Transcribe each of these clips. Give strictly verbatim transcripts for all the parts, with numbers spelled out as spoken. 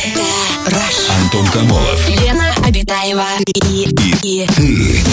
Это Rush. Антон Камолов. Лена Обитаева. И, и, и ты.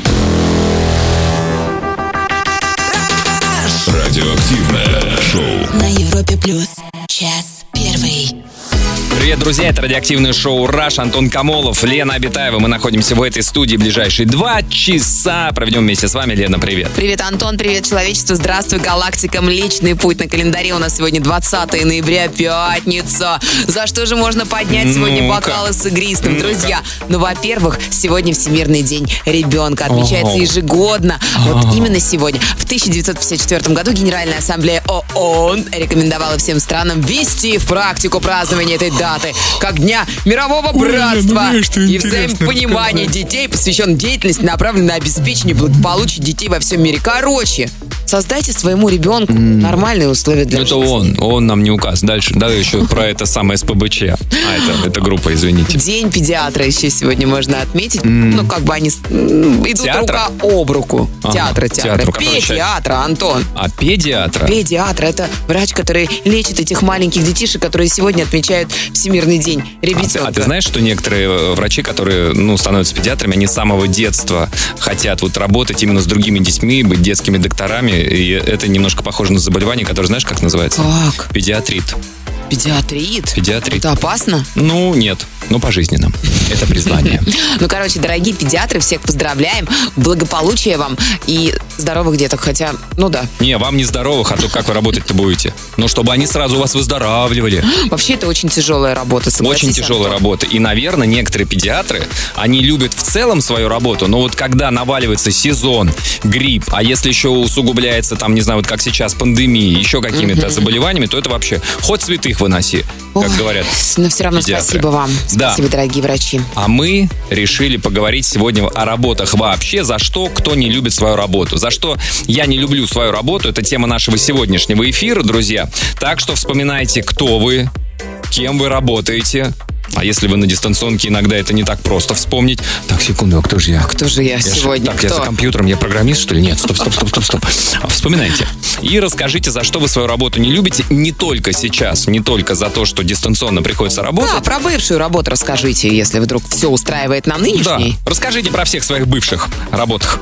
Радиоактивное шоу на Европе Плюс. Час первый. Привет, друзья, это радиоактивное шоу «Раш», Антон Камолов, Лена Обитаева. Мы находимся в этой студии ближайшие два часа. Проведем вместе с вами. Лена, привет. Привет, Антон, привет, человечество. Здравствуй, галактика. Млечный путь. На календаре у нас сегодня двадцатое ноября, пятница. За что же можно поднять сегодня Ну-ка. бокалы с игристым, Ну-ка. друзья? Ну, во-первых, сегодня Всемирный день ребенка. Отмечается Ого. ежегодно. Ага. Вот именно сегодня. В тысяча девятьсот пятьдесят четвёртом году Генеральная ассамблея ООН рекомендовала всем странам ввести в практику празднование этой даты как Дня мирового братства и взаимопонимания детей, посвящен деятельности, направленной на обеспечение благополучия детей во всем мире. Короче, создайте своему ребенку нормальные условия для Это жизни. он, он нам не указ. Дальше, давай еще про это самое СПБЧ. А, это, это группа, извините. День педиатра еще сегодня можно отметить. Ну, как бы они с- м, идут Театра? рука об руку. Ага, Театра, театра. театру, который Педиатра, Антон. А педиатра? Педиатр – это врач, который лечит этих маленьких детишек, которые сегодня отмечают Всемирный день А ты, ребятенка. а ты знаешь, что некоторые э, врачи, которые ну, становятся педиатрами, они с самого детства хотят вот работать именно с другими детьми, быть детскими докторами, и это немножко похоже на заболевание, которое знаешь, как называется? Как? Педиатрит. Педиатрит? Педиатрит. Это опасно? Ну, нет, но пожизненно. Это признание. Ну, короче, дорогие педиатры, всех поздравляем. Благополучия вам и здоровых деток. Хотя, ну да. Не, вам не здоровых, а то как вы работать-то будете? Но чтобы они сразу у вас выздоравливали. Вообще, это очень тяжелая работа, согласись, Очень тяжелая Антон. работа. И, наверное, некоторые педиатры, они любят в целом свою работу, но вот когда наваливается сезон, грипп, а если еще усугубляется, там, не знаю, вот как сейчас, пандемия, еще какими-то заболеваниями, то это вообще хоть святых выноси, как Ой, говорят. Но все равно педиатры. спасибо вам. Да. Спасибо, дорогие врачи. А мы решили поговорить сегодня о работах вообще, за что кто не любит свою работу. За что я не люблю свою работу, это тема нашего сегодняшнего эфира, друзья. Так что вспоминайте, кто вы, кем вы работаете. А если вы на дистанционке, иногда это не так просто вспомнить. Так, секунду, а кто же я? Кто же я, Я ж- сегодня? так, Кто? я за компьютером, я программист, что ли? Нет, стоп, стоп, стоп, стоп, стоп. А, Вспоминайте. И расскажите, за что вы свою работу не любите. Не только сейчас, не только за то, что дистанционно приходится работать. Да, про бывшую работу расскажите, если вдруг все устраивает на нынешней. Да. Расскажите про всех своих бывших работах.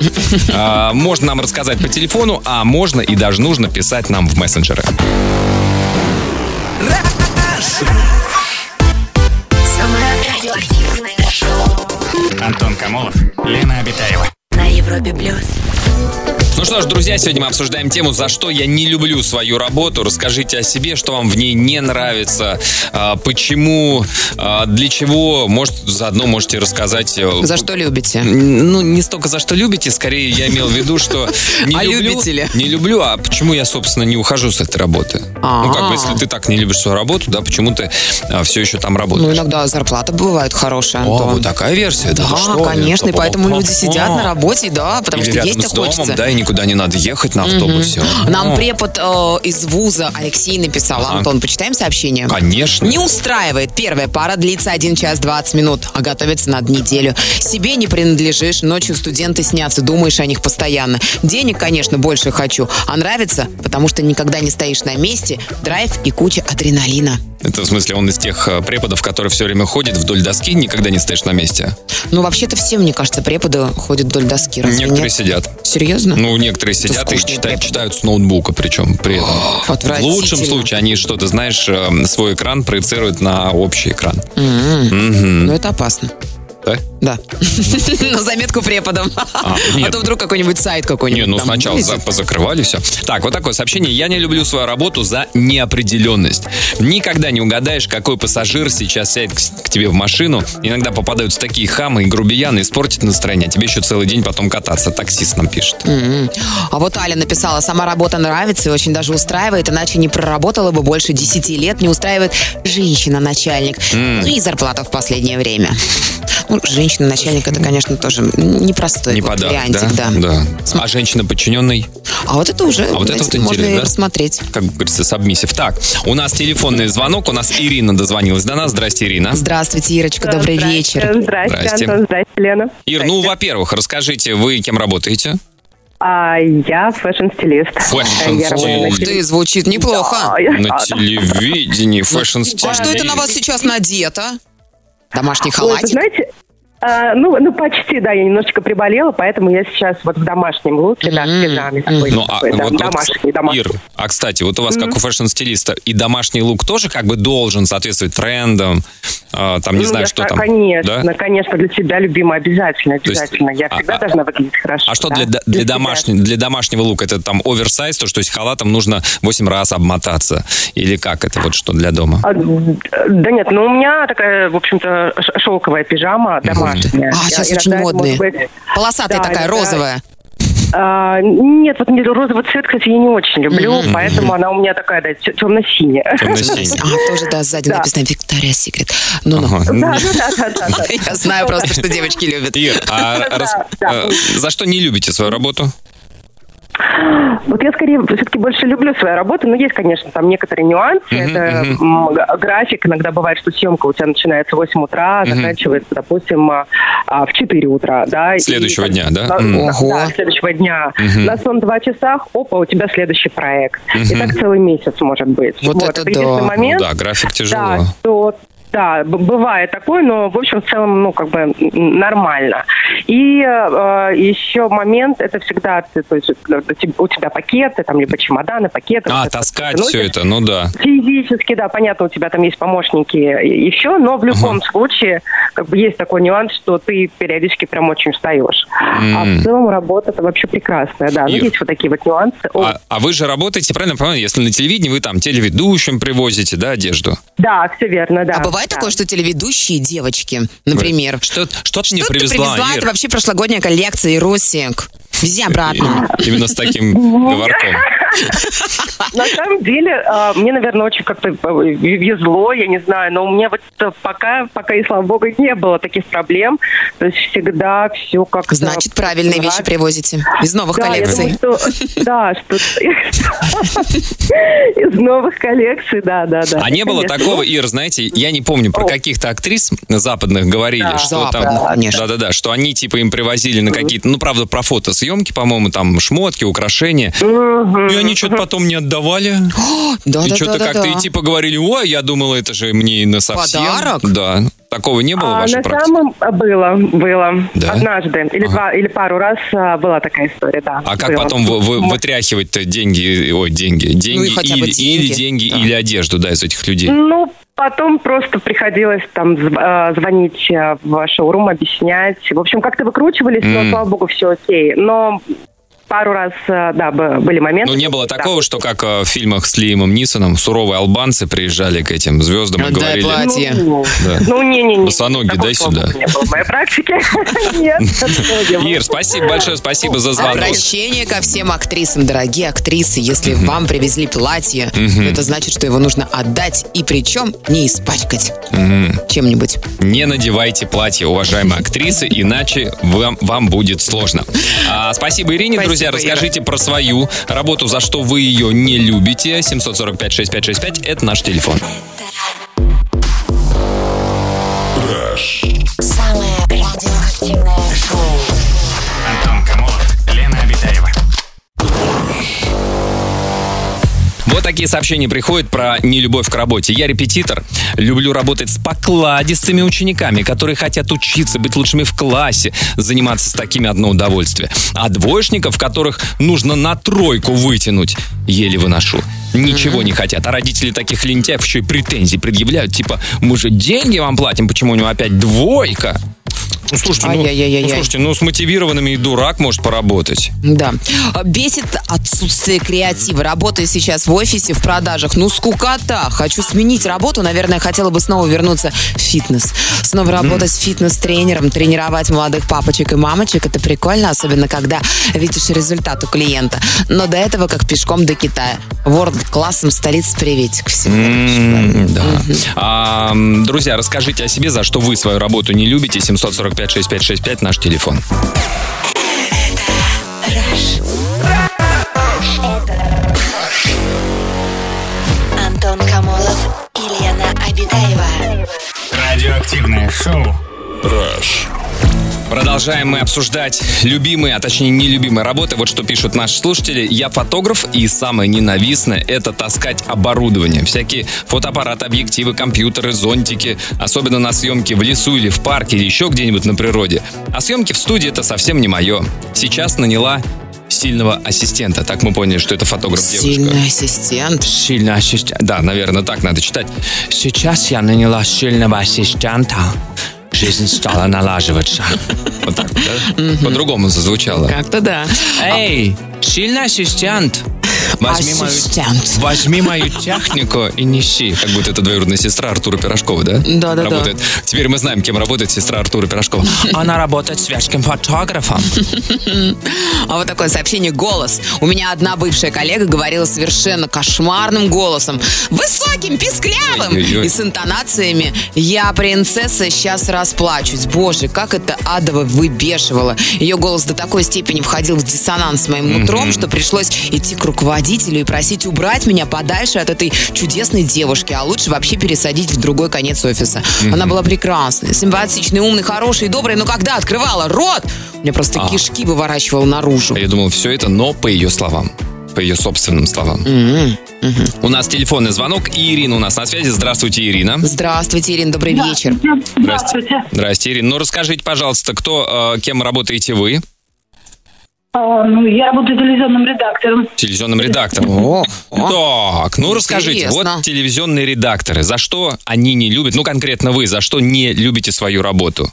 А, Можно нам рассказать по телефону, а можно и даже нужно писать нам в мессенджеры. самое радиоактивное шоу Антон Камолов, Лена Обитаева. на Европе Плюс. Ну что ж, друзья, сегодня мы обсуждаем тему, за что я не люблю свою работу. Расскажите о себе, что вам в ней не нравится, а, почему, а, для чего. Может, заодно можете рассказать... э, За что любите? Ну, не столько за что любите, скорее я имел в виду, что не А люблю, любите ли? не люблю, а почему я, собственно, не ухожу с этой работы. Ну, как бы, если ты так не любишь свою работу, да, почему ты а, все еще там работаешь? Ну, иногда зарплата бывает хорошая, О, Антон. вот такая версия, да? Да, Что? конечно, и Это поэтому по-по-по. люди сидят на работе, да, потому Или что рядом есть с домом, хочется. да, и никуда не надо ехать на автобусе. Нам О, препод э, из вуза Алексей написал. Ага. Антон, почитаем сообщение? Конечно. Не устраивает. Первая пара длится один час двадцать минут, а готовится надо неделю. Себе не принадлежишь, ночью студенты снятся, думаешь о них постоянно. Денег, конечно, больше хочу, а нравится, потому что никогда не стоишь на месте, драйв и куча адреналина. Это в смысле он из тех э, преподов, которые все время ходит вдоль доски, никогда не стоишь на месте. Ну, вообще-то все, мне кажется, преподы ходят вдоль доски. Разве Некоторые нет? сидят. Серьезно? Ну, некоторые сидят и скучные читают, преподы. читают с ноутбука, причем при этом. В Отвратительно. лучшем случае они что-то, знаешь, э, свой экран проецируют на общий экран. М-м. Мгм. Ну, это опасно. Да? Да. На заметку преподам. А, А нет. то вдруг какой-нибудь сайт Не, какой-нибудь. ну там сначала вылезет. за- позакрывали все. Так, вот такое сообщение. Я не люблю свою работу за неопределенность. Никогда не угадаешь, какой пассажир сейчас сядет к, к тебе в машину. Иногда попадаются такие хамы и грубияны, испортят настроение. А тебе еще целый день потом кататься. Таксист нам пишет. М-м. А вот Аля написала, сама работа нравится и очень даже устраивает, иначе не проработала бы больше десяти лет, не устраивает женщина-начальник. Ну и зарплата в последнее время. Ну, женщина-начальник, это, конечно, тоже непростой Не вот подарок, вариантик, да? да. А женщина подчиненный? А вот это уже, А вот это знаете, вот можно интересно, и да? рассмотреть. Как говорится, сабмиссив. Так, у нас телефонный звонок. У нас Ирина дозвонилась до нас. Здрасте, Ирина. Здравствуйте, Ирочка, добрый Здрасте, вечер. Здрасте, Здрасте. Антон, здрасте, Лена. Ир, ну, во-первых, расскажите, вы кем работаете? А я фэшн-стилист. Фэшн-стилист. Ух ты, звучит неплохо. На телевидении фэшн-стилист. А что это на вас сейчас надето? Домашний Ой, вы халатик? знаете, а, ну, ну, почти, да, я немножечко приболела, поэтому я сейчас вот в домашнем луке, да, в пижаме такой, Ну, а, такой, да, вот, домашний, вот, домашний. Ир, а, кстати, вот у вас, как у фэшн-стилиста, и домашний лук тоже как бы должен соответствовать трендам, а, там, не Ну, знаю, я, что там. Конечно, Да? конечно, для себя любимый обязательно, То есть, обязательно. Я а- всегда а- должна выглядеть хорошо. А что да, для, для, для, себя. домашнего, для домашнего лука? Это там оверсайз, то, что есть халатом нужно восемь раз обмотаться? Или как это вот что для дома? А, да нет, ну у меня такая, в общем-то, ш- шелковая пижама домашняя. А, сейчас Я- очень иногда это модные. может быть- Полосатая Да, такая, иногда- розовая. А, нет, вот не- розовый цвет, кстати, я не очень люблю, поэтому она у меня такая, да, темно-синяя. Темно-синий. А, тоже, да, сзади Да. написано Victoria's Secret. Ну-ну. Ага. Да, да, да, да, да. Я знаю просто, что девочки любят. Ир, а Да, рас- да. э, за что не любите свою работу? Вот я скорее все-таки больше люблю свою работу, но есть, конечно, там некоторые нюансы. Это м, г- график. Иногда бывает, что съемка у тебя начинается в восемь утра, заканчивается, допустим, а, а, в четыре утра. Да, Следующего И, дня, да? на- М. на- Ого. Да, следующего дня. На сон два часа, опа, у тебя следующий проект. И так целый месяц может быть. Вот это да. единственный Ну момент. да, график тяжело. Да, что да, б- бывает такое, но в общем в целом, ну как бы м, нормально. И э, еще момент, это всегда, ты, то есть, у тебя пакеты, там либо чемоданы, пакеты. А, вот это таскать вот, все это, ну да. Физически, да, понятно, у тебя там есть помощники и, и все, но в любом Ага. случае, как бы есть такой нюанс, что ты периодически прям очень устаешь. А в целом работа это вообще прекрасная, да. Ну, Ир, есть вот такие вот нюансы. О, А, а вы же работаете, правильно понимаю, если на телевидении вы там телеведущим привозите, да, одежду? да, все верно, да. А бывает да. такое, что телеведущие девочки, например, Что, что ты мне что ты привезла, привезла? Ир? Это вообще прошлогодняя коллекция, и Росик. Вези обратно. И- Именно с таким говорком. На самом деле, а, мне, наверное, очень как-то э, везло, я не знаю, но у меня вот э, пока, пока и слава богу, не было таких проблем. То есть всегда все как-то... Значит, правильные вещи нравится. привозите. Из новых Да, я коллекций. думаю, что... Да, что... Из новых коллекций, да, да, да. А не было Конечно. такого, Ир, знаете, я не помню, про О. каких-то актрис западных говорили, Да. что Западных, там... конечно. Да-да-да, что они типа им привозили на какие-то, ну, правда, про фотосъемки, по-моему, там шмотки, украшения, и они что-то потом не отдавали. Да, И да, что-то да, как-то да. и типа говорили, ой, я думала, это же мне на совсем. Подарок? Да. Такого не было в А, вашей на практике? самом было, было. Да? Однажды или Ага. два, или пару раз а, была такая история, да. А как было. потом вы, вы- вытряхивать-то деньги, ой, деньги, деньги, Ну хотя бы или, или деньги. деньги, Да. или одежду, да, из этих людей? Ну, потом просто приходилось там зв- а, звонить а, в шоурум, объяснять. В общем, как-то выкручивались, но, М. слава богу, все окей. Но пару раз, а, да, б- были моменты. Ну, не было да. такого, что как э, в фильмах с Лиамом Нисоном суровые албанцы приезжали к этим звездам и Отдай говорили... платье. Ну, Да. ну, не-не-не. Босоногие, Такого, дай слава сюда. богу, не было в моей практике. Нет. такого не было. Ир, спасибо большое, спасибо за звонок. Обращение ко всем актрисам, дорогие актрисы. Если вам привезли платье, то это значит, что его нужно отдать, и причем не испачкать чем-нибудь. Не надевайте платье, уважаемые актрисы, иначе вам, вам будет сложно. А, спасибо Ирине, Спасибо, друзья. Ира. Расскажите про свою работу, за что вы ее не любите. семь сорок пять шесть пять шесть пять – это наш телефон. Самое радиоактивное шоу. Антон Камолов, Лена Обитаева. Вот такие сообщения приходят про нелюбовь к работе. Я репетитор, люблю работать с покладистыми учениками, которые хотят учиться, быть лучшими в классе, заниматься с такими одно удовольствие. А двоечников, которых нужно на тройку вытянуть, еле выношу. Ничего не хотят. А родители таких лентяев еще и претензии предъявляют. Типа, мы же деньги вам платим, почему у него опять двойка? Ну, слушайте, ну, Ай-яй-яй-яй. ну, слушайте, ну, с мотивированными и дурак может поработать. Да. Бесит отсутствие креатива. Работаю сейчас в офисе, в продажах. Ну, скукота. Хочу сменить работу. Наверное, хотела бы снова вернуться в фитнес. Снова работать с фитнес-тренером, тренировать молодых папочек и мамочек. Это прикольно, особенно когда видишь результат у клиента. Но до этого как пешком до Китая. Ворлд-классом столиц приветик всем. М, Да. А, м, друзья, расскажите о себе, за что вы свою работу не любите. семь сорок пять шесть пять шесть пять наш телефон. Антон Камолов и Лена Обитаева. Радиоактивное шоу. Rush. Продолжаем мы обсуждать любимые, а точнее нелюбимые работы. Вот что пишут наши слушатели. Я фотограф, и самое ненавистное — это таскать оборудование. Всякие фотоаппараты, объективы, компьютеры, зонтики. Особенно на съемке в лесу или в парке, или еще где-нибудь на природе. А съемки в студии — это совсем не мое. Сейчас наняла сильного ассистента. Так мы поняли, что это фотограф-девушка. Сильный ассистент. Сильный ассистент. Да, наверное, так надо читать. Сейчас я наняла сильного ассистента. Жизнь стала налаживаться. Вот так, да? По-другому зазвучало. Как-то да. Эй, сильный ассистент. Возьми мою, Ассистент. возьми мою технику и неси. Как будто это двоюродная сестра Артура Пирожкова, да? Да-да-да. Работает. Теперь мы знаем, кем работает сестра Артура Пирожкова. Она работает светским фотографом. А вот такое сообщение «Голос». У меня одна бывшая коллега говорила совершенно кошмарным голосом. Высоким, писклявым. Ой-ой-ой. И с интонациями «Я принцесса, сейчас расплачусь». Боже, как это адово выбешивало. Ее голос до такой степени входил в диссонанс с моим нутром, что пришлось идти к руководителю и просить убрать меня подальше от этой чудесной девушки, а лучше вообще пересадить в другой конец офиса. Она была прекрасной, симпатичной, умной, хорошей, доброй, но когда открывала рот, мне просто А. кишки выворачивала наружу. Я думал, все это, но по ее словам. По ее собственным словам. У нас телефонный звонок. И Ирина у нас на связи. Здравствуйте, Ирина. Здравствуйте, Ирина, добрый вечер. Здравствуйте. Здрасте, Ирина. Ну, расскажите, пожалуйста, кто, э, кем работаете вы? А, ну, я работаю телевизионным редактором. Телевизионным редактором. О, о. Так, ну расскажите, Интересно. вот телевизионные редакторы, за что они не любят, ну конкретно вы, за что не любите свою работу?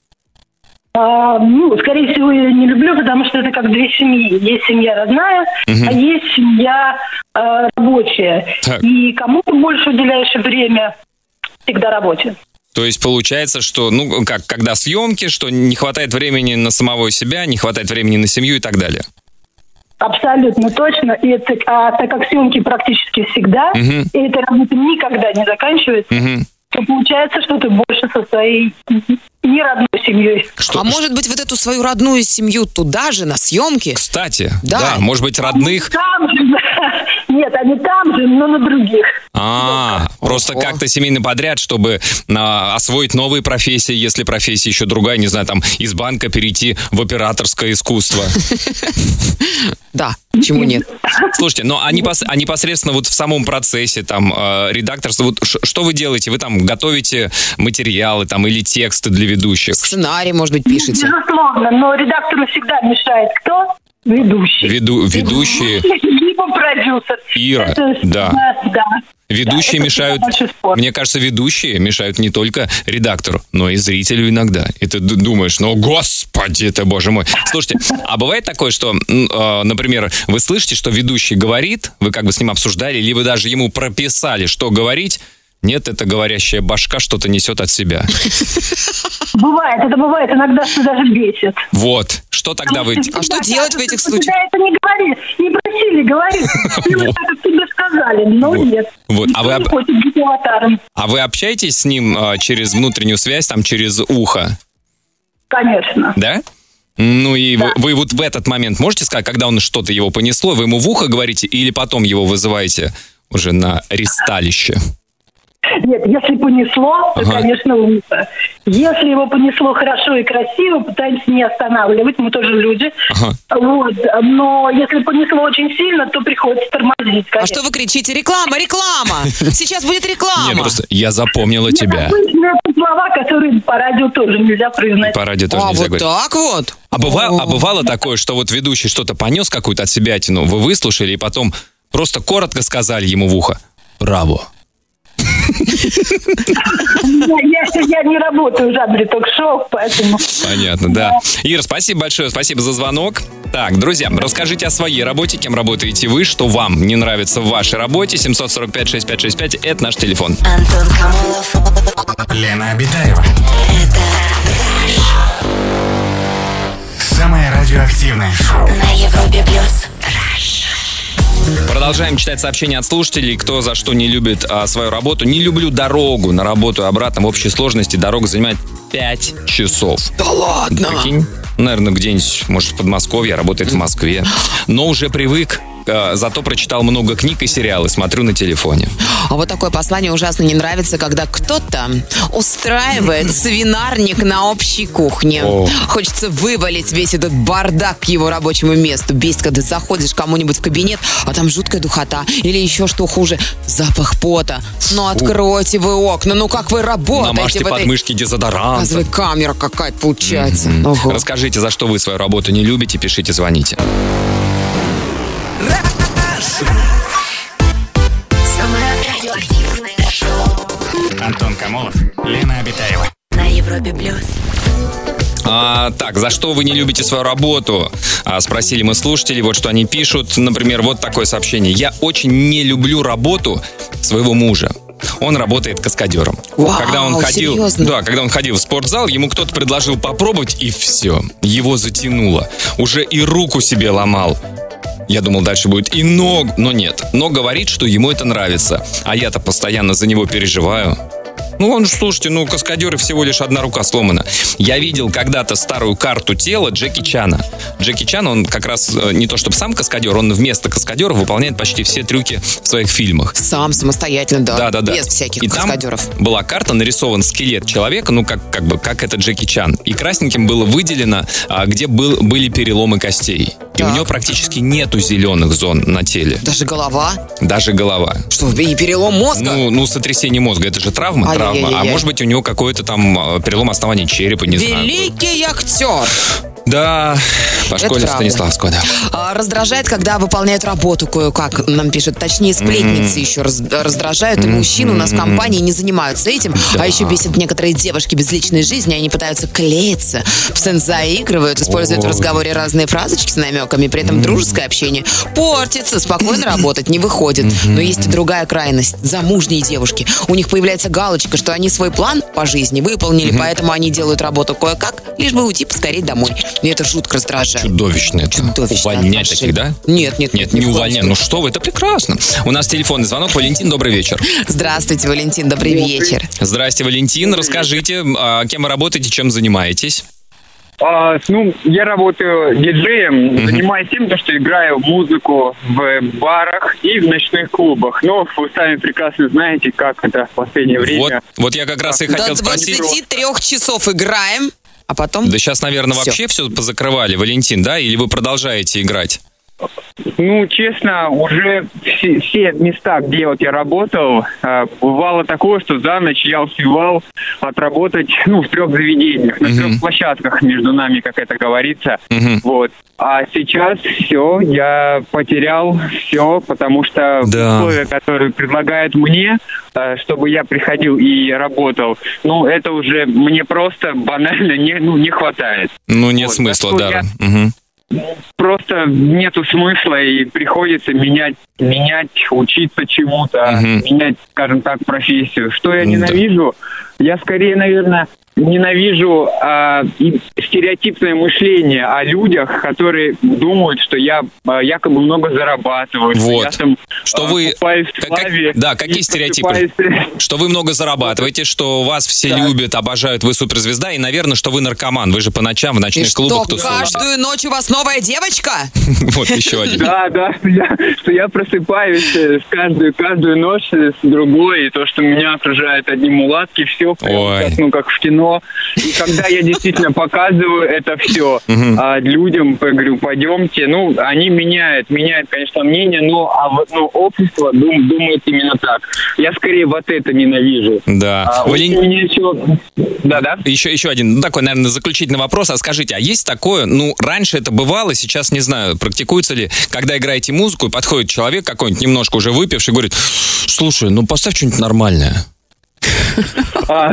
А, ну, скорее всего, я не люблю, потому что это как две семьи. Есть семья родная, Мгм. а есть семья э, рабочая. Так. И кому ты больше уделяешь время, всегда работе. То есть получается, что, ну как, когда съемки, что не хватает времени на самого себя, не хватает времени на семью и так далее. Абсолютно точно. И это, а так как съемки практически всегда, Мгм. и эта работа никогда не заканчивается, Мгм. то получается, что ты больше со своей неродной семьей. Что, А может быть, вот эту свою родную семью туда же, на съемки? Кстати, Да. да, может быть, родных... Там же, нет, они там же, но на других. А, просто Ого. как-то семейный подряд, чтобы а, освоить новые профессии, если профессия еще другая, не знаю, там, из банка перейти в операторское искусство. Да, почему нет? Слушайте, ну а, непос- а непосредственно вот в самом процессе там э, редакторство, вот ш- что вы делаете? Вы там готовите материалы там или тексты для ведущих? Сценарий, может быть, пишете? Безусловно, но редактору всегда мешает кто? Ведущий. Веду- ведущие, Либо продюсер. Ира, Это да. всегда, да. ведущие это мешают, всегда большой спор. мне кажется, ведущие мешают не только редактору, но и зрителю иногда. И ты д- думаешь, ну, господи ты, боже мой. Слушайте, а бывает такое, что, м, э, например, вы слышите, что ведущий говорит, вы как бы с ним обсуждали, либо даже ему прописали, что говорить, нет, эта говорящая башка что-то несет от себя. Бывает, это бывает иногда, что даже бесит. Вот, что тогда вы... А что делать в этих случаях? Тебя это не говорили, не просили говорить. Именно Вот. так, как тебе сказали, но Вот. нет. Вот. А Никто вы не об- хочет быть аватаром. А вы общаетесь с ним э, через внутреннюю связь, там, через ухо, Конечно. да? Ну и вы, вы вот в этот момент можете сказать, когда он что-то его понесло, вы ему в ухо говорите или потом его вызываете уже на ристалище? Нет, если понесло, то, Ага. конечно, лучше. Если его понесло хорошо и красиво, пытаемся не останавливать, мы тоже люди. Ага. Вот. Но если понесло очень сильно, то приходится тормозить, А конечно. что вы кричите? Реклама, реклама! Сейчас будет реклама! Нет, просто я запомнила Нет, тебя. обычно это слова, которые по радио тоже нельзя произносить. По радио тоже А, нельзя вот говорить. так вот? А, быва- О. а бывало такое, что вот ведущий что-то понес, какую-то от себятину, вы выслушали и потом просто коротко сказали ему в ухо «Браво». Я, я- я не работаю в жанре ток-шоу, поэтому... Понятно, да. Ира, спасибо большое, спасибо за звонок. Так, друзья, расскажите о своей работе, кем работаете вы, что вам не нравится в вашей работе. семь сорок пять шестьдесят пять шестьдесят пять, это наш телефон. Антон Камолов. Лена Обитаева. Это Самое радиоактивное шоу. на Европе плюс. Продолжаем читать сообщения от слушателей, кто за что не любит а, свою работу. Не люблю дорогу на работу и обратно. В общей сложности дорога занимает пять часов. Да ладно! Прикинь? Наверное, где-нибудь, может, в Подмосковье, работает в Москве. Но уже привык. э, зато прочитал много книг и сериалы, смотрю на телефоне. А вот такое послание ужасно не нравится, когда кто-то устраивает свинарник на общей кухне. О. Хочется вывалить весь этот бардак к его рабочему месту. Бесит, когда заходишь к кому-нибудь в кабинет, а там жуткая духота. Или еще что хуже, запах пота. Ну откройте вы окна, ну как вы работаете? Намажьте в этой... подмышки дезодорант. Оказывай, камера какая-то получается. Mm-hmm. Ого. Расскажите, за что вы свою работу не любите, пишите, звоните. Самое радиоактивное шоу Антон Камолов, Лена Обитаева. на Европе плюс. А, так, за что вы не любите свою работу? А, спросили мы слушателей, вот что они пишут. Например, вот такое сообщение. Я очень не люблю работу своего мужа. Он работает каскадером. Вау, когда он ходил, серьезно? да, когда он ходил в спортзал, ему кто-то предложил попробовать, и все. Его затянуло. Уже и руку себе ломал. Я думал, дальше будет и ног, но нет. Но говорит, что ему это нравится. А я-то постоянно за него переживаю. Ну, он же, слушайте, ну, каскадеры всего лишь одна рука сломана. Я видел когда-то старую карту тела Джеки Чана. Джеки Чан, он как раз не то чтобы сам каскадер, он вместо каскадера выполняет почти все трюки в своих фильмах. Сам, самостоятельно, да. Да, да, да. Без всяких и каскадеров. Там была карта, нарисован скелет человека, ну, как, как бы, как это Джеки Чан. И красненьким было выделено, а, где был, были переломы костей. И Так. у него практически нету зеленых зон на теле. Даже голова. Даже голова. Что, и перелом мозга? Ну, ну, сотрясение мозга, это же травма, Ай-яй-яй-яй. травма. А может быть, у него какой-то там а, перелом основания черепа, не знаю. Великий актер. Да, по Это школе правда. Станиславского, да. А, раздражает, когда выполняют работу кое-как, нам пишет. Точнее, сплетницы еще раз- раздражают. И мужчины у нас в компании не занимаются этим. А еще бесит некоторые девушки без личной жизни. Они пытаются клеиться, постоянно заигрывают, используют в Ой. разговоре разные фразочки с намеками. При этом дружеское общение портится, спокойно работать не выходит. Но есть и другая крайность. Замужние девушки. У них появляется галочка, что они свой план по жизни выполнили, поэтому они делают работу кое-как, лишь бы уйти поскорее домой. И это жутко раздражает. Чудовищно это. Чудовищно Увольнять отношение. таких, да? Нет, нет, Нет, ни не в коем увольнять. случае. Ну что вы, это прекрасно. У нас телефонный звонок. Валентин, добрый вечер. Здравствуйте, Валентин, добрый вечер. Здрасте, Валентин. Расскажите, а, кем вы работаете, чем занимаетесь? А, ну, я работаю диджеем, занимаюсь тем, то, что играю музыку в барах и в ночных клубах. Но вы сами прекрасно знаете, как это в последнее Вот, время. вот я как раз и До хотел спросить. двадцати трёх часов играем, а потом... Да сейчас, наверное, Всё. вообще все позакрывали, Валентин, да? Или вы продолжаете играть? Ну, честно, уже все, все места, где вот я работал, а, бывало такое, что за ночь я успевал отработать, ну, в трех заведениях, на трех площадках между нами, как это говорится. Мгм. Вот. А сейчас все, я потерял все, потому что Да. условия, которые предлагают мне, э, чтобы я приходил и работал, ну, это уже мне просто банально не, ну, не хватает. Ну, нет Вот, смысла, так что да. я- Мгм. Просто нету смысла, и приходится менять, менять, учиться чему-то, Мгм. менять, скажем так, профессию. Что я Да. ненавижу? Я скорее, наверное, ненавижу а, и стереотипное мышление о людях, которые думают, что я а, якобы много зарабатываю, что Вот. я там Что а, вы- купаюсь в как- как- славе. да, какие и стереотипы? просыпаюсь- Что вы много зарабатываете, что вас все Да. любят, обожают, вы суперзвезда, и, наверное, что вы наркоман. Вы же по ночам в И ночных что, клубах тусуетесь. каждую ночь у вас новая девочка? Вот еще один. Да, да, что я, что я просыпаюсь э, с каждую, каждую ночь э, с другой, и то, что меня окружают одни мулатки, все Ой. как, ну, как в кино. И когда я действительно показываю это все а, людям, я говорю, пойдемте, ну, они меняют, меняют, конечно, мнение, но, а, вот, ну, общество дум, думает именно так. Я скорее вот это ненавижу. Да. А, Вален- очень меня еще... Да-да. Еще, еще один, ну, такой, наверное, заключительный вопрос. А скажите, а есть такое, ну, раньше это бывало, сейчас не знаю, практикуется ли, когда играете музыку, и подходит человек какой-нибудь немножко уже выпивший, и говорит, слушай, ну, поставь что-нибудь нормальное. А,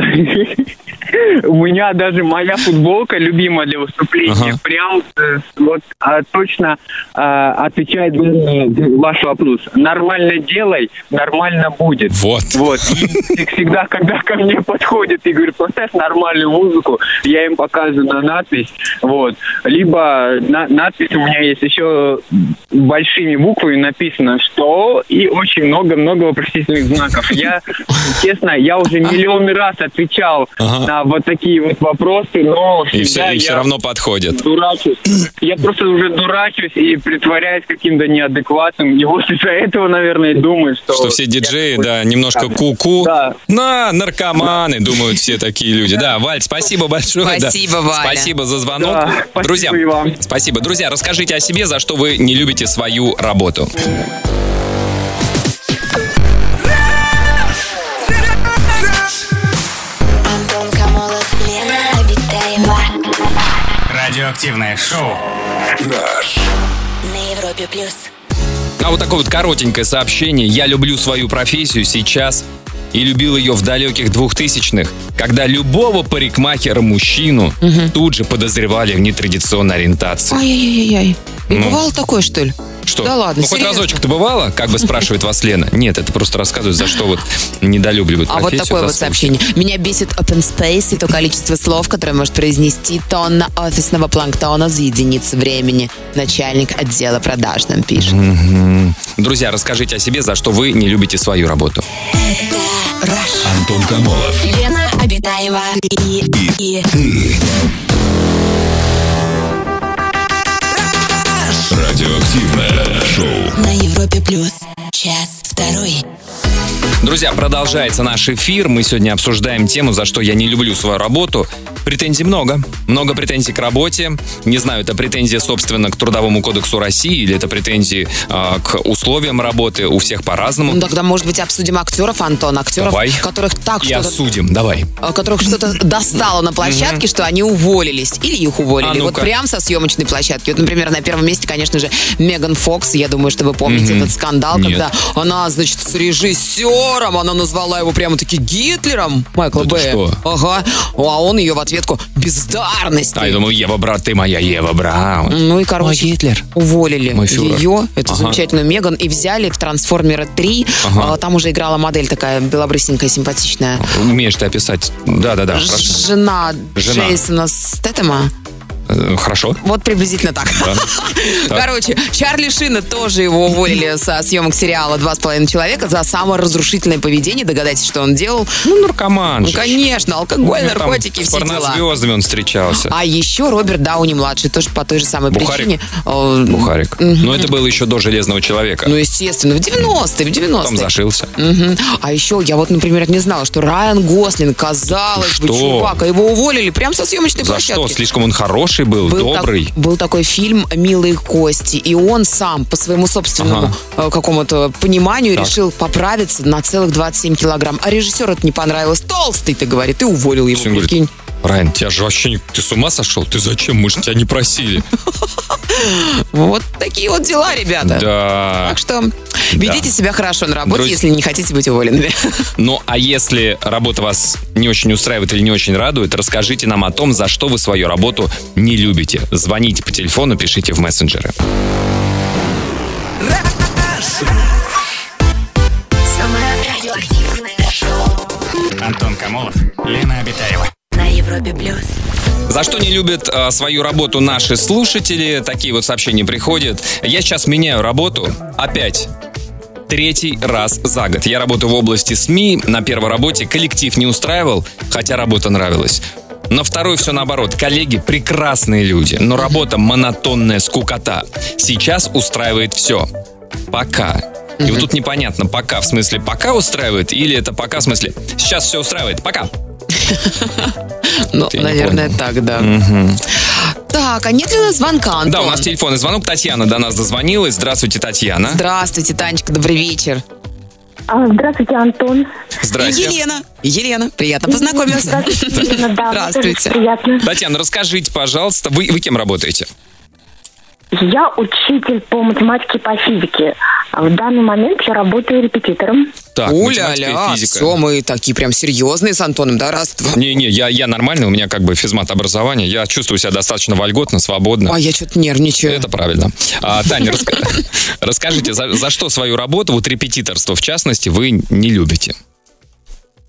У меня даже моя футболка любимая для выступления Ага. прям э, вот а, точно а, отвечает на ваш вопрос. Нормально делай, нормально будет. Вот. Вот. И всегда, когда ко мне подходят и говорят, поставь нормальную музыку, я им показываю на надпись. Вот. Либо на, надпись у меня есть еще большими буквами написано «что» и очень много-много вопросительных знаков. Я, честно, я уже миллион раз отвечал Ага. на вот такие вот вопросы, но И все, всегда и все я равно подходят. дурачусь. Я просто уже дурачусь и притворяюсь каким-то неадекватным. И вот из-за этого, наверное, думаю, что... Что все диджеи, я да, немножко ку-ку. Да. На, наркоманы, думают все такие люди. Да, Валь, спасибо большое. да. Спасибо, Валя. Спасибо за звонок. Да, спасибо Друзья, и вам. спасибо. Друзья, расскажите о себе, за что вы не любите свою работу. Антон Камолов, Лена Обитаева. Радиоактивное шоу. На Европе плюс. А вот такое вот коротенькое сообщение. Я люблю свою профессию сейчас и любил ее в далеких двухтысячных, когда любого парикмахера-мужчину тут же подозревали в нетрадиционной ориентации. Ай-яй-яй-яй. И Ну. бывало такое, что ли? Что? Да ладно, Ну, хоть серьезно? разочек-то бывало, как бы спрашивает вас Лена. Нет, это просто рассказывает, за что вот недолюбливают А вот профессию, такое вот заслуженно. сообщение. Меня бесит open space и то количество слов, которое может произнести тонна офисного планктона за единицу времени. Начальник отдела продаж нам пишет. Друзья, расскажите о себе, за что вы не любите свою работу. Антон Камолов. Лена Обитаева. И, и, Радиоактивное шоу. на Европе плюс. Час второй. Друзья, продолжается наш эфир. Мы сегодня обсуждаем тему, за что я не люблю свою работу. Претензий много. Много претензий к работе. Не знаю, это претензии, собственно, к Трудовому кодексу России или это претензии э, к условиям работы. У всех по-разному. Ну, тогда, может быть, обсудим актеров, Антон. Актеров, Давай. которых так И что-то... осудим. Давай. а, которых что-то достало на площадке, что они уволились. Или их уволили. А вот ну-ка. прям со съемочной площадки. Вот, например, на первом месте, конечно же, Меган Фокс. Я думаю, что вы помните этот скандал, Нет. когда она, значит, с режиссером, она назвала его прямо-таки Гитлером Майкла Да ты Бэя. что? Ага. А он ее в ответку бездарность. А я думал, Ева, брат, ты моя Ева Браун. Ну и, короче, Мой Гитлер. уволили Мой фюрер. ее, эту Ага. замечательную Меган, и взяли в «Трансформера три». Ага. А, Там уже играла модель такая белобрысенькая, симпатичная. Умеешь ты описать. Да-да-да, хорошо. Жена, Жена. Джейсона Стэтэма. Э, Хорошо. Вот приблизительно так. Да. Так. Короче, Чарли Шина тоже его уволили со съемок сериала «Два с половиной человека» за саморазрушительное поведение. Догадайтесь, что он делал? Ну, наркоман Ну, же. конечно, алкоголь, Ну, там наркотики, с все дела. порнозвездами он встречался. А еще Роберт Дауни-младший, тоже по той же самой Бухарик? причине. Э, Бухарик. Но это было еще до «Железного человека». Ну, естественно, в девяностые, в девяностые. Потом зашился. Мгм. А еще я вот, например, не знала, что Райан Гослинг, казалось бы, Что? чувак, а его уволили прямо со съемочной За площадки. что? Слишком он хороший был, Был, так- добрый. был такой фильм «Милые кости», и он сам по своему собственному э, какому-то пониманию Так. решил поправиться на целых двадцать семь килограмм. А режиссеру это не понравилось. Толстый, ты, говорит, и уволил его, Он говорит, прикинь. Райан, тебя же вообще не... Ты с ума сошел? Ты зачем? Мы же тебя не просили. Вот такие вот дела, ребята. Да. Так что ведите себя хорошо на работе, Друз- если не хотите быть уволенными. Ну, а если работа вас не очень устраивает или не очень радует, расскажите нам о том, за что вы свою работу не любите. Звоните по телефону, пишите в мессенджеры. Самое радиоактивное шоу. Антон Камолов, Лена Обитаева. На Европе плюс. За что не любят а, свою работу наши слушатели? Такие вот сообщения приходят. Я сейчас меняю работу. Опять. Третий раз за год. Я работаю в области СМИ. На первой работе коллектив не устраивал, хотя работа нравилась. На второй все наоборот. Коллеги прекрасные люди, но работа монотонная скукота. Сейчас устраивает все. Пока. И вот тут непонятно, пока в смысле пока устраивает или это пока в смысле сейчас все устраивает. Пока. Ну, Я не наверное, понял. так, да. Так, а нет ли у нас звонка, Антон? Да, у нас телефонный звонок. Татьяна до нас дозвонилась. Здравствуйте, Татьяна. Здравствуйте, Танечка, добрый вечер. А, Здравствуйте, Антон. Здрасте. Елена. Елена, приятно познакомиться. Здравствуйте, Елена, да, мне Здравствуйте. тоже приятно. Татьяна, расскажите, пожалуйста, вы, вы кем работаете? Я учитель по математике и по физике. А в данный момент я работаю репетитором. Так, математика Уля-ля, и физика. все, мы такие прям серьезные с Антоном, да, раз, два. Не-не, я, я нормальный, у меня как бы физмат образование. Я чувствую себя достаточно вольготно, свободно. А я что-то нервничаю. Это правильно. А, Таня, раска- расскажите, за, за что свою работу, вот репетиторство в частности, вы не любите?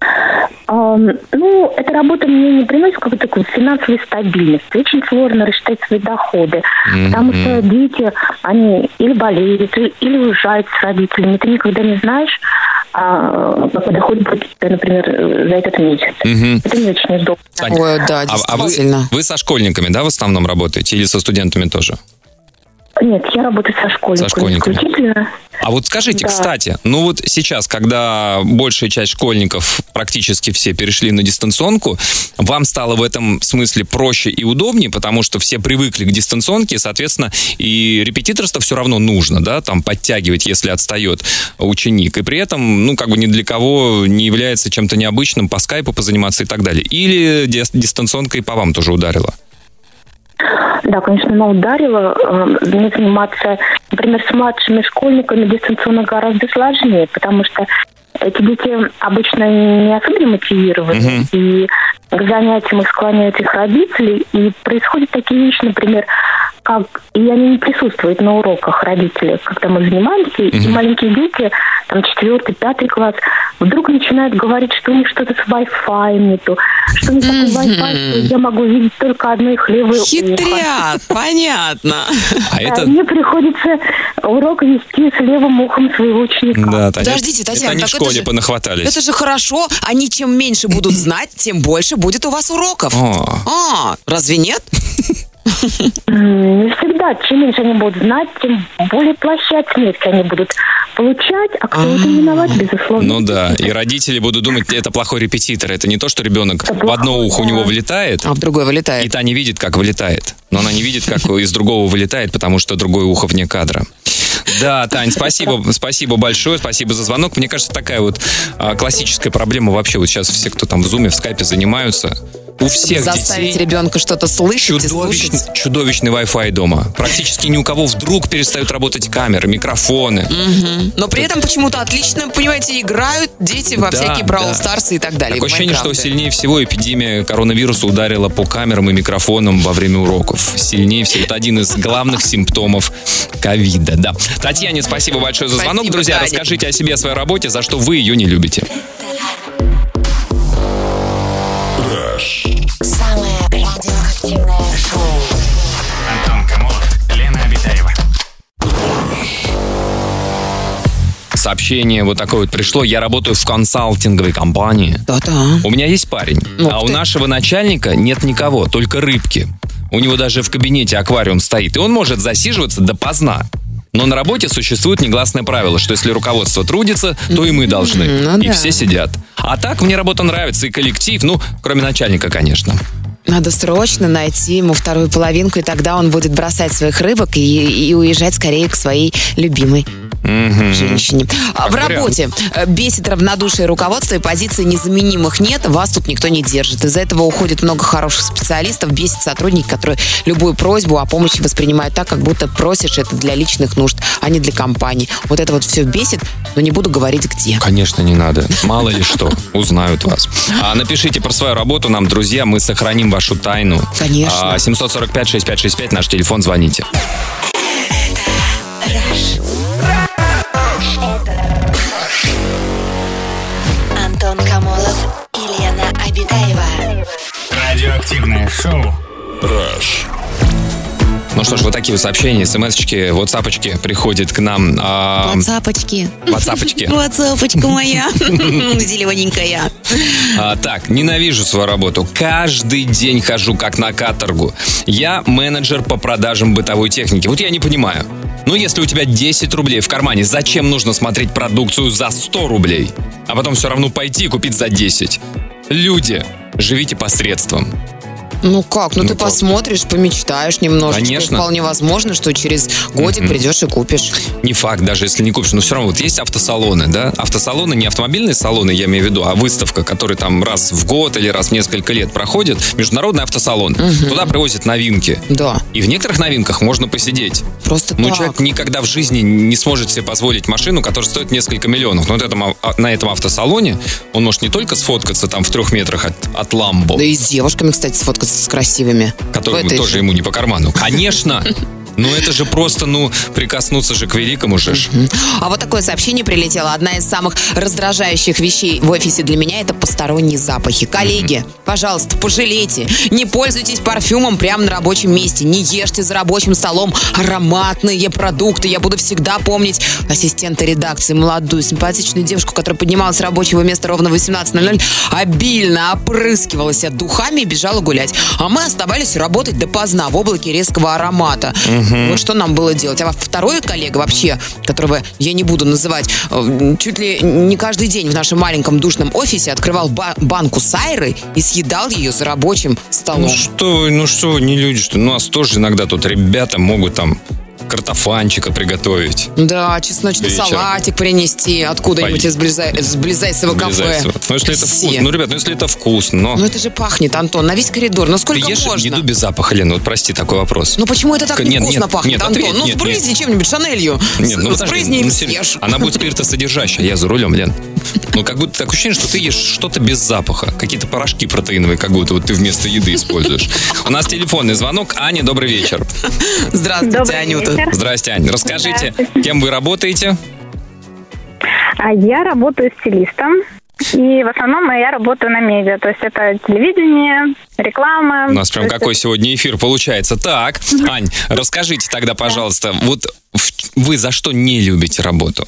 А, ну, эта работа мне не приносит какую-то такую финансовую стабильность. Очень сложно рассчитать свои доходы, mm-hmm. потому что дети, они или болеют, или, или уезжают с родителями. Ты никогда не знаешь, а, какой доход будет, например, за этот месяц. Mm-hmm. Это не очень удобно. Ой, да, а, а вы, вы со школьниками, да, в основном работаете? Или со студентами тоже? Нет, я работаю со школьниками, со школьниками. исключительно. А вот скажите, да. кстати, ну вот сейчас, когда большая часть школьников, практически все, перешли на дистанционку, вам стало в этом смысле проще и удобнее, потому что все привыкли к дистанционке, и, соответственно, и репетиторство все равно нужно, да, там подтягивать, если отстает ученик, и при этом, ну, как бы ни для кого не является чем-то необычным по скайпу позаниматься и так далее. Или дистанционка и по вам тоже ударила? Да, конечно, она ударила. Мне заниматься, например, с младшими школьниками дистанционно гораздо сложнее, потому что эти дети обычно не особенно мотивированы, uh-huh. и к занятиям их склоняют их родители, и происходят такие вещи, например, как и они не присутствуют на уроках родителей, когда мы занимаемся, uh-huh. и маленькие дети, там, четвертый, пятый класс, вдруг начинают говорить, что у них что-то с Wi-Fi нету, что у них uh-huh. такой Wi-Fi, что я могу видеть только одно их левое ухо. Хитряк, понятно. А это... Мне приходится урок вести с левым ухом своего ученика. Да, Подождите, Татьяна, это они в школе же, понахватались. Это же хорошо, они чем меньше будут знать, тем больше будет у вас уроков. А, разве нет? Не всегда. Чем меньше они будут знать, тем более площадь смерти они будут получать, а кто это виноват, безусловно. Ну да, и родители будут думать, это плохой репетитор. Это не то, что ребенок в одно ухо у него вылетает, а в другое вылетает. И та не видит, как вылетает. Но она не видит, как из другого вылетает, потому что другое ухо вне кадра. Да, Тань, спасибо, спасибо большое, спасибо за звонок. Мне кажется, такая вот а, классическая проблема вообще. Вот сейчас все, кто там в Зуме, в Скайпе занимаются, у всех заставить детей ребенка что-то слышать чудовищ, и слушать. Чудовищный Wi-Fi дома. Практически ни у кого вдруг перестают работать камеры, микрофоны. Угу. Но при этом почему-то отлично, понимаете, играют дети во да, всякие Brawl Stars да. и так далее. Такое ощущение, что сильнее всего эпидемия коронавируса ударила по камерам и микрофонам во время уроков. Сильнее всего. Это один из главных симптомов ковида. Да. Татьяне спасибо большое за звонок. Спасибо, друзья, Таня. Расскажите о себе, о своей работе, за что вы ее не любите. Самое радиоактивное шоу. Антон Камолов, Лена Обитаева. Сообщение вот такое вот пришло. Я работаю в консалтинговой компании. Да-да. У меня есть парень, ну, а ты. у нашего начальника нет никого, только рыбки. У него даже в кабинете аквариум стоит, и он может засиживаться допоздна. Но на работе существует негласное правило, что если руководство трудится, то и мы должны. Mm-hmm, ну, и да. все сидят. А так мне работа нравится, и коллектив, ну, кроме начальника, конечно. Надо срочно найти ему вторую половинку, и тогда он будет бросать своих рыбок и, и уезжать скорее к своей любимой mm-hmm. женщине. Как в работе вариант. Бесит равнодушие руководства, и позиций незаменимых нет, вас тут никто не держит. Из-за этого уходит много хороших специалистов, бесит сотрудники, которые любую просьбу о помощи воспринимают так, как будто просишь это для личных нужд, а не для компании. Вот это вот все бесит, но не буду говорить где. Конечно, не надо. Мало ли что, узнают вас. А напишите про свою работу нам, друзья, мы сохраним вашу тайну. Конечно. семь сорок пять шестьдесят пять шестьдесят пять, наш телефон, звоните. Антон Камолов и Лена Обитаева. Радиоактивное шоу. Rush. Ну что ж, вот такие вот сообщения, смс-очки, ватсапочки приходят к нам. А... Ватсапочки. Ватсапочки. Ватсапочка моя, зелененькая. А, так, ненавижу свою работу. Каждый день хожу как на каторгу. Я менеджер по продажам бытовой техники. Вот я не понимаю. Ну, если у тебя десять рублей в кармане, зачем нужно смотреть продукцию за сто рублей? А потом все равно пойти и купить за десять. Люди, живите посредством. Ну как? Ну, ну ты как? посмотришь, помечтаешь немножечко. Конечно. Вполне возможно, что через годик mm-hmm. придешь и купишь. Не факт, даже если не купишь. Но все равно вот есть автосалоны, да? Автосалоны, не автомобильные салоны, я имею в виду, а выставка, которая там раз в год или раз в несколько лет проходит. Международный автосалон. Mm-hmm. Туда привозят новинки. Да. И в некоторых новинках можно посидеть. Просто Ну, так. человек никогда в жизни не сможет себе позволить машину, которая стоит несколько миллионов. Но вот этом, на этом автосалоне он может не только сфоткаться там в трех метрах от, от Ламбо. Да и с девушками, кстати, сфоткаться с красивыми. Которые тоже ему не по карману. Конечно! Ну, это же просто, ну, прикоснуться же к великому же. А вот такое сообщение прилетело. Одна из самых раздражающих вещей в офисе для меня — это посторонние запахи. Коллеги, пожалуйста, пожалейте. Не пользуйтесь парфюмом прямо на рабочем месте. Не ешьте за рабочим столом ароматные продукты. Я буду всегда помнить ассистента редакции, молодую, симпатичную девушку, которая поднималась с рабочего места ровно в восемнадцать ноль ноль, обильно опрыскивалась духами и бежала гулять. А мы оставались работать допоздна в облаке резкого аромата. Угу. Вот что нам было делать. А второй коллега вообще, которого я не буду называть, чуть ли не каждый день в нашем маленьком душном офисе открывал ба- банку сайры и съедал ее за рабочим столом. Ну что вы, ну что вы, не люди, что? Ну, у нас тоже иногда тут ребята могут там картофанчика приготовить. Да, чесночный вечером. Салатик принести откуда-нибудь из, близа... из близайшего кафе. Ну, если это вкусно. Ну, ребят, ну, если это вкусно, но... Ну, это же пахнет, Антон, на весь коридор. Ну, сколько Ты ешь можно? еду без запаха, Лена, вот прости, такой вопрос. Ну, почему это так Нет, невкусно нет, пахнет, нет, Антон? ответь, ну, нет, сбрызни нет. чем-нибудь Шанелью. Нет, ну, подожди, сбрызни ну, и серьезно. съешь. Она будет спиртосодержащая, я за рулем, Лен. Ну, как будто такое ощущение, что ты ешь что-то без запаха. Какие-то порошки протеиновые, как будто вот ты вместо еды используешь. У нас телефонный звонок. Аня, добрый вечер. Здравствуйте, Добрый Анюта. вечер. Здрасте, Ань. Расскажите, кем вы работаете? А я работаю стилистом. И в основном я работаю на медиа. То есть это телевидение, реклама. У нас прям То есть какой сегодня эфир получается. Так, Ань, расскажите тогда, пожалуйста, вот в- вы за что не любите работу?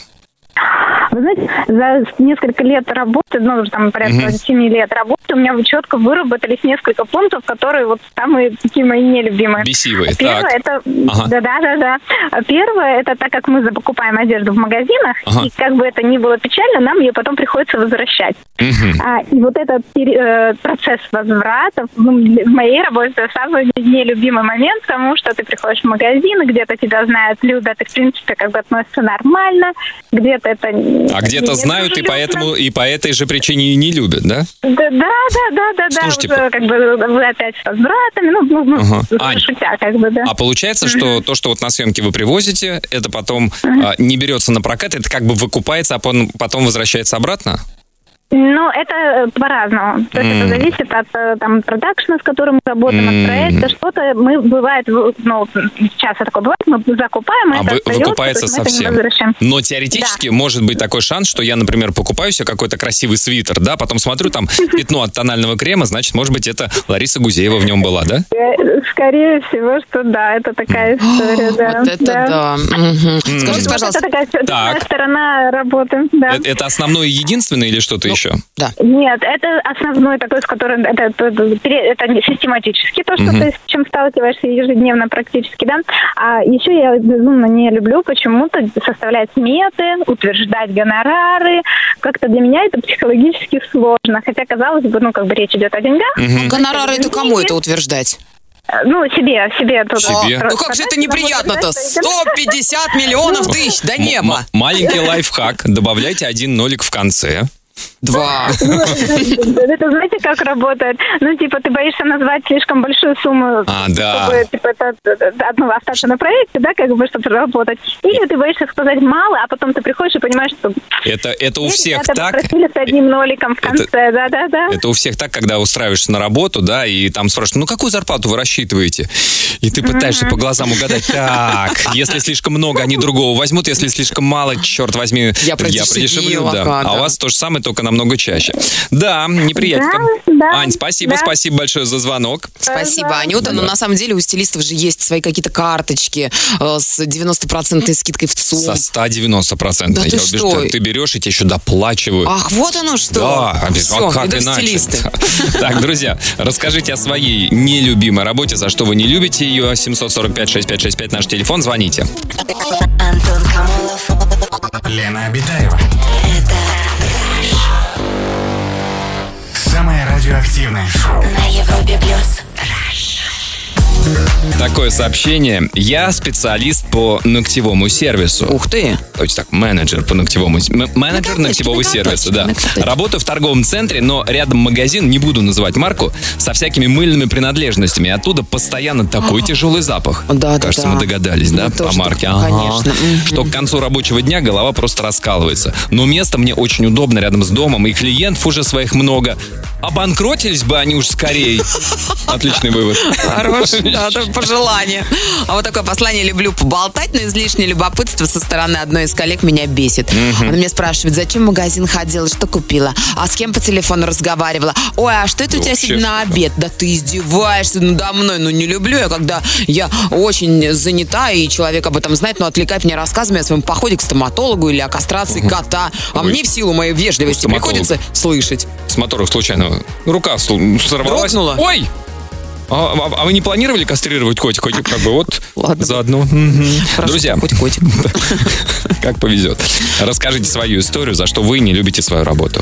Вы знаете, за несколько лет работы, ну, уже там порядка Мгм. семи лет работы, у меня четко выработались несколько пунктов, которые вот самые такие мои нелюбимые. Бесивые, Первое, так. это... Ага. Да-да-да. Первое, это так как мы покупаем одежду в магазинах, Ага. и как бы это ни было печально, нам ее потом приходится возвращать. Мгм. А, и вот этот пере- э, процесс возврата ну, в моей работе это самый нелюбимый момент, потому что ты приходишь в магазин, где-то тебя знают, любят, и в принципе как бы относятся нормально, где-то это... А где-то не знают и дружелюбно. поэтому и по этой же причине и не любят, да? Да, да, да, да, да, да. Слушайте, уже как бы вы опять с возвратами, ну, ну, ну Ага. Ань, шутя, как бы, да. А получается, что то, что вот на съемке вы привозите, это потом а, не берется на прокат, это как бы выкупается, а пон- потом возвращается обратно? Ну, это э, по-разному. То есть М. это зависит от э, там продакшена, с которым мы работаем, М. от проекта. Что-то мы, бывает, в- ну, часто такое бывает, мы закупаем, А это вы- остается, выкупается то есть мы это не совсем. возвращаем. Но теоретически может быть такой шанс, что я, например, покупаю себе какой-то красивый свитер, да, потом смотрю, там пятно от тонального крема, значит, может быть, это Лариса Гузеева в нем была, да? Э, Скорее всего, что да, это такая история, да. Вот это да. Мгм. Скажите, Вот пожалуйста. это такая темная Так. сторона работы, да. Это, это основное и единственное или что-то еще? Да. Нет, это основной такой, с которым это, это, это не систематически то, что Мгм. ты с чем сталкиваешься ежедневно практически, да. А еще я безумно не люблю почему-то составлять сметы, утверждать гонорары. Как-то для меня это психологически сложно. Хотя, казалось бы, ну, как бы речь идет о деньгах. Мгм. Гонорары это кому это утверждать? Ну, себе, себе. тут. Себе? Ну как же это неприятно-то? сто пятьдесят миллионов тысяч до М- неба. м- маленький лайфхак. Добавляйте один нолик в конце. Два. Это знаете, как работает? Ну, типа, ты боишься назвать слишком большую сумму, А, да. чтобы, типа, это, это, ну, остаться на проекте, да, как бы, чтобы работать. Или ты боишься сказать мало, а потом ты приходишь и понимаешь, что... Это, это у «Э, всех ребята так. попросили с одним ноликом в конце, да-да-да. Это у всех так, когда устраиваешься на работу, да, и там спрашивают, ну какую зарплату вы рассчитываете? И ты пытаешься по глазам угадать, так, если слишком много, они другого возьмут, если слишком мало, черт возьми, Я продешевила, да. ага, А да. у вас то же самое, только намного чаще. Да, неприятно. Да, да, Ань, спасибо, да. спасибо большое за звонок. Спасибо, Анюта. Но на самом деле у стилистов же есть свои какие-то карточки э, с девяносто процентов скидкой в ЦУМ. Со ста девяносто процентов. Да ты Я убежден, что? ты берешь и тебе еще доплачивают. Ах, вот оно что. Да, Все, обязательно. А как иду в иначе? стилисты. Так, друзья, расскажите о своей нелюбимой работе, за что вы не любите ее. семь сорок пять шестьдесят пять шестьдесят пять наш телефон, звоните. Антон Камолов. Лена Обитаева. Это Самое радиоактивное шоу. на Европе плюс. Такое сообщение. Я специалист по ногтевому сервису. Ух ты. То есть так, менеджер по ногтевому... м- Менеджер Ноготочки, ногтевого ноготочки, сервиса, да. ноготочки. Работаю в торговом центре, но рядом магазин, не буду называть марку, со всякими мыльными принадлежностями. Оттуда постоянно такой тяжелый запах. Да, да, Кажется, да. мы догадались, да, Ну, по тоже марке. так, конечно. Мгм. Что к концу рабочего дня голова просто раскалывается. Но место мне очень удобно рядом с домом, и клиентов уже своих много. Обанкротились бы они уж скорее. Отличный вывод. Хороший. Да, это пожелание. А вот такое послание: люблю поболтать, но излишнее любопытство со стороны одной из коллег меня бесит. Она меня спрашивает, зачем в магазин ходила, что купила, а с кем по телефону разговаривала. Ой, а что это у тебя сегодня на обед? Да ты издеваешься надо мной. Ну, не люблю я, когда я очень занята, и человек об этом знает, но отвлекает меня рассказами о своем походе к стоматологу или о кастрации угу. кота. А Ой. мне в силу моей вежливости приходится слышать. Стоматолог случайно рука сорвалась. Дрогнула? Ой! А, а, а вы не планировали кастрировать котика? Как бы вот Ладно. заодно. Хорошо, друзья, хоть котик. Как повезет. Расскажите свою историю, за что вы не любите свою работу.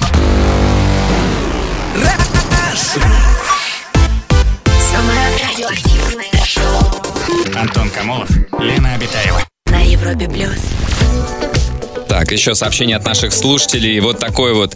Самое радиоактивное шоу. Антон Камолов, Лена Обитаева. На Европе плюс. Так, еще сообщение от наших слушателей. Вот такое вот.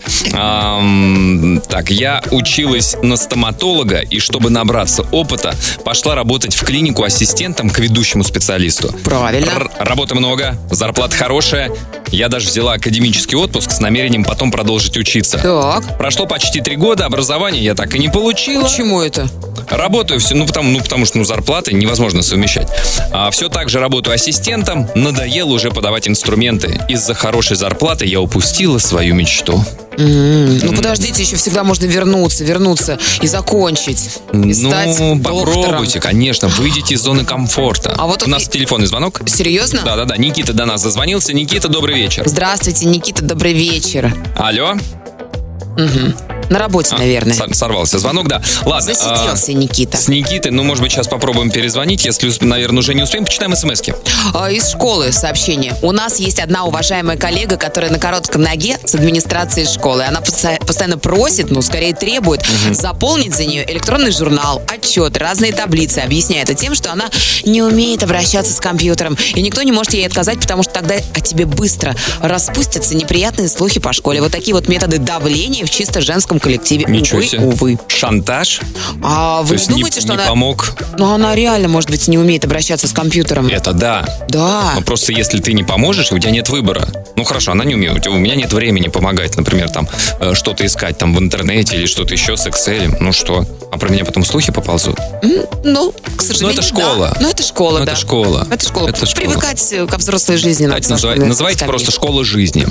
Эм, так, я училась на стоматолога, и чтобы набраться опыта, пошла работать в клинику ассистентом к ведущему специалисту. Правильно. Р- работы много, зарплата хорошая. Я даже взяла академический отпуск с намерением потом продолжить учиться. Так. Прошло почти три года, образование я так и не получила. Почему это? Работаю все, ну потому, ну потому что ну, зарплаты невозможно совмещать. А, все так же работаю ассистентом. Надоело уже подавать инструменты. Из-за хорошей зарплаты я упустила свою мечту. Mm-hmm. Ну, подождите, еще всегда можно вернуться, вернуться и закончить. И ну, стать попробуйте, доктором. Конечно, выйдите из зоны комфорта. А вот у нас и... телефонный звонок. Серьезно? Да-да-да, Никита до нас зазвонился. Никита, добрый вечер. Здравствуйте, Никита, добрый вечер. Алло. Угу. На работе, а, наверное. Сорвался звонок, да. Ладно. Засиделся а, Никита. С Никитой, ну, может быть, сейчас попробуем перезвонить. Если, наверное, уже не успеем, почитаем смс-ки. А, из школы сообщение. У нас есть одна уважаемая коллега, которая на коротком ноге с администрацией школы. Она постоянно просит, ну, скорее требует, угу. заполнить за нее электронный журнал, отчет, разные таблицы. Объясняя это тем, что она не умеет обращаться с компьютером. И никто не может ей отказать, потому что тогда о тебе быстро распустятся неприятные слухи по школе. Вот такие вот методы давления в чисто женском коллективе. Ничего увы, себе. увы. Шантаж? А вы То не есть думаете, не, что не она... помог? Ну, она реально, может быть, не умеет обращаться с компьютером. Это да. Да. Но просто если ты не поможешь, у тебя нет выбора. Ну, хорошо, она не умеет. У меня нет времени помогать, например, там, что-то искать там в интернете или что-то еще с Excel. Ну что? А про меня потом слухи поползут? Ну, к сожалению, Ну, это школа. Да. Ну, это школа, ну, да. Это школа. Это школа. Это школа. Привыкать к взрослой жизни. Давайте называть, называйте просто школа жизни.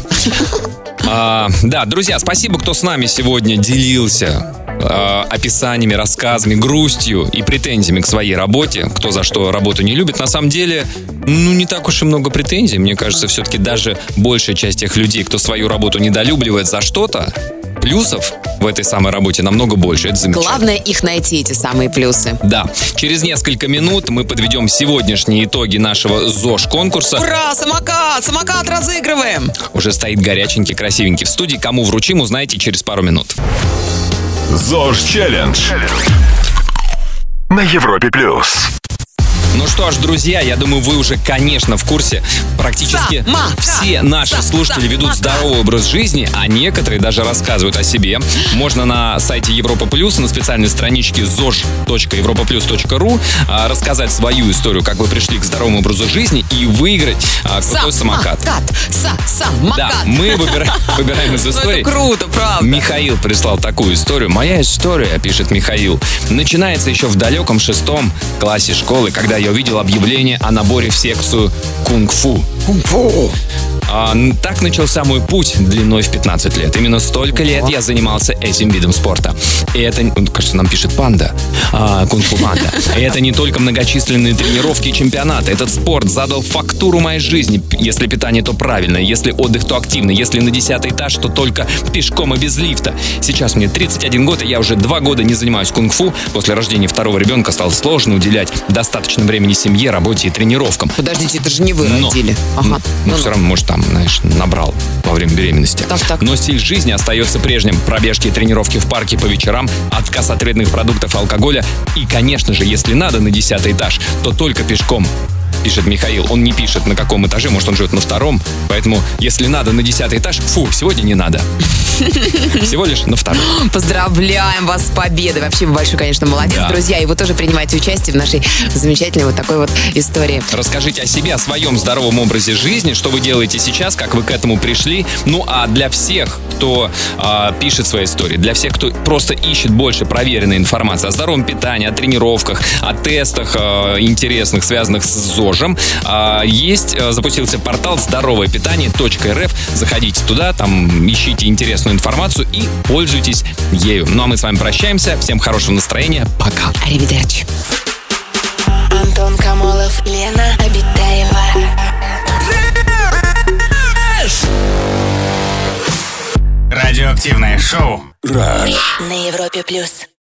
А, да, друзья, спасибо, кто с нами сегодня делился а, описаниями, рассказами, грустью и претензиями к своей работе. Кто за что работу не любит. На самом деле, ну, не так уж и много претензий. Мне кажется, все-таки даже большая часть тех людей, кто свою работу недолюбливает за что-то, плюсов в этой самой работе намного больше. Это замечательно. Главное их найти, эти самые плюсы. Да. Через несколько минут мы подведем сегодняшние итоги нашего ЗОЖ-конкурса. Ура! Самокат! Самокат разыгрываем! Уже стоит горяченький, красивенький в студии. Кому вручим, узнаете через пару минут. ЗОЖ-челлендж на Европе плюс. Ну что ж, друзья, я думаю, вы уже, конечно, в курсе. Практически Самокат. все наши слушатели ведут здоровый образ жизни, а некоторые даже рассказывают о себе. Можно на сайте Европа Плюс, на специальной страничке зож точка европа плюс точка ру рассказать свою историю, как вы пришли к здоровому образу жизни, и выиграть а, крутой самокат. Самокат. Са-самокат. Да, мы выбираем, выбираем из истории. Это круто, правда. Михаил прислал такую историю. Моя история, пишет Михаил, начинается еще в далеком шестом классе школы, когда я увидел объявление о наборе в секцию кунг-фу. Кунг-фу. А, так начался мой путь длиной в пятнадцать лет. Именно столько лет я занимался этим видом спорта. И это, кажется, нам пишет Панда, а, кунг-фу Панда. И это не только многочисленные тренировки и чемпионаты. Этот спорт задал фактуру моей жизни. Если питание, то правильное. Если отдых, то активный. Если на десятый этаж, то только пешком и без лифта. Сейчас мне тридцать один год, и я уже два года не занимаюсь кунг-фу. После рождения второго ребенка стало сложно уделять достаточно времени семье, работе и тренировкам. Подождите, это же не вы Но, родили. Ага. Ну, ну, ну, все равно, может, там, знаешь, набрал во время беременности. Так, так. Но стиль жизни остается прежним. Пробежки и тренировки в парке по вечерам, отказ от вредных продуктов и алкоголя. И, конечно же, если надо на десятый этаж, то только пешком. пишет Михаил. Он не пишет, на каком этаже, может, он живет на втором. Поэтому, если надо на десятый этаж, фу, сегодня не надо. Всего лишь на втором. Поздравляем вас с победой. Вообще, вы большой, конечно, молодец, Да. друзья. И вы тоже принимаете участие в нашей замечательной вот такой вот истории. Расскажите о себе, о своем здоровом образе жизни, что вы делаете сейчас, как вы к этому пришли. Ну, а для всех, кто а, пишет свои истории, для всех, кто просто ищет больше проверенной информации о здоровом питании, о тренировках, о тестах а, интересных, связанных с ЗОЖем, а, есть, а, запустился портал здоровое питание точка эр эф. Заходите туда, там ищите интересную информацию и пользуйтесь ею. Ну, а мы с вами прощаемся. Всем хорошего настроения. Пока. Аривидерчи. Антон Камолов, Лена Обитаева. Радиоактивное шоу. Rush. На Европе плюс.